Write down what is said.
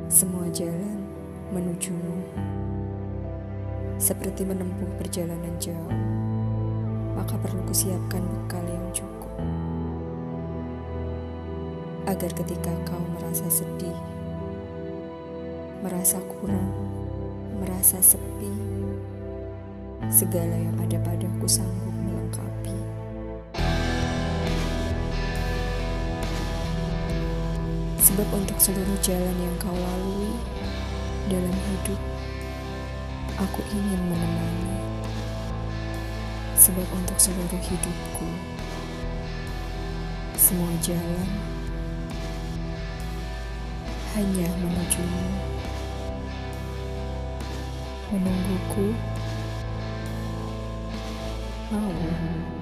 Semua jalan menujumu, seperti menempuh perjalanan jauh, maka perlu kusiapkan bekal yang cukup. Agar ketika kau merasa sedih, merasa kurang, merasa sepi, segala yang ada padaku sanggup melengkapi. Sebab untuk seluruh jalan yang kau lalui dalam hidup, aku ingin menemani. Sebab untuk seluruh hidupku, semua jalan hanya menujumu. Menungguku, mau.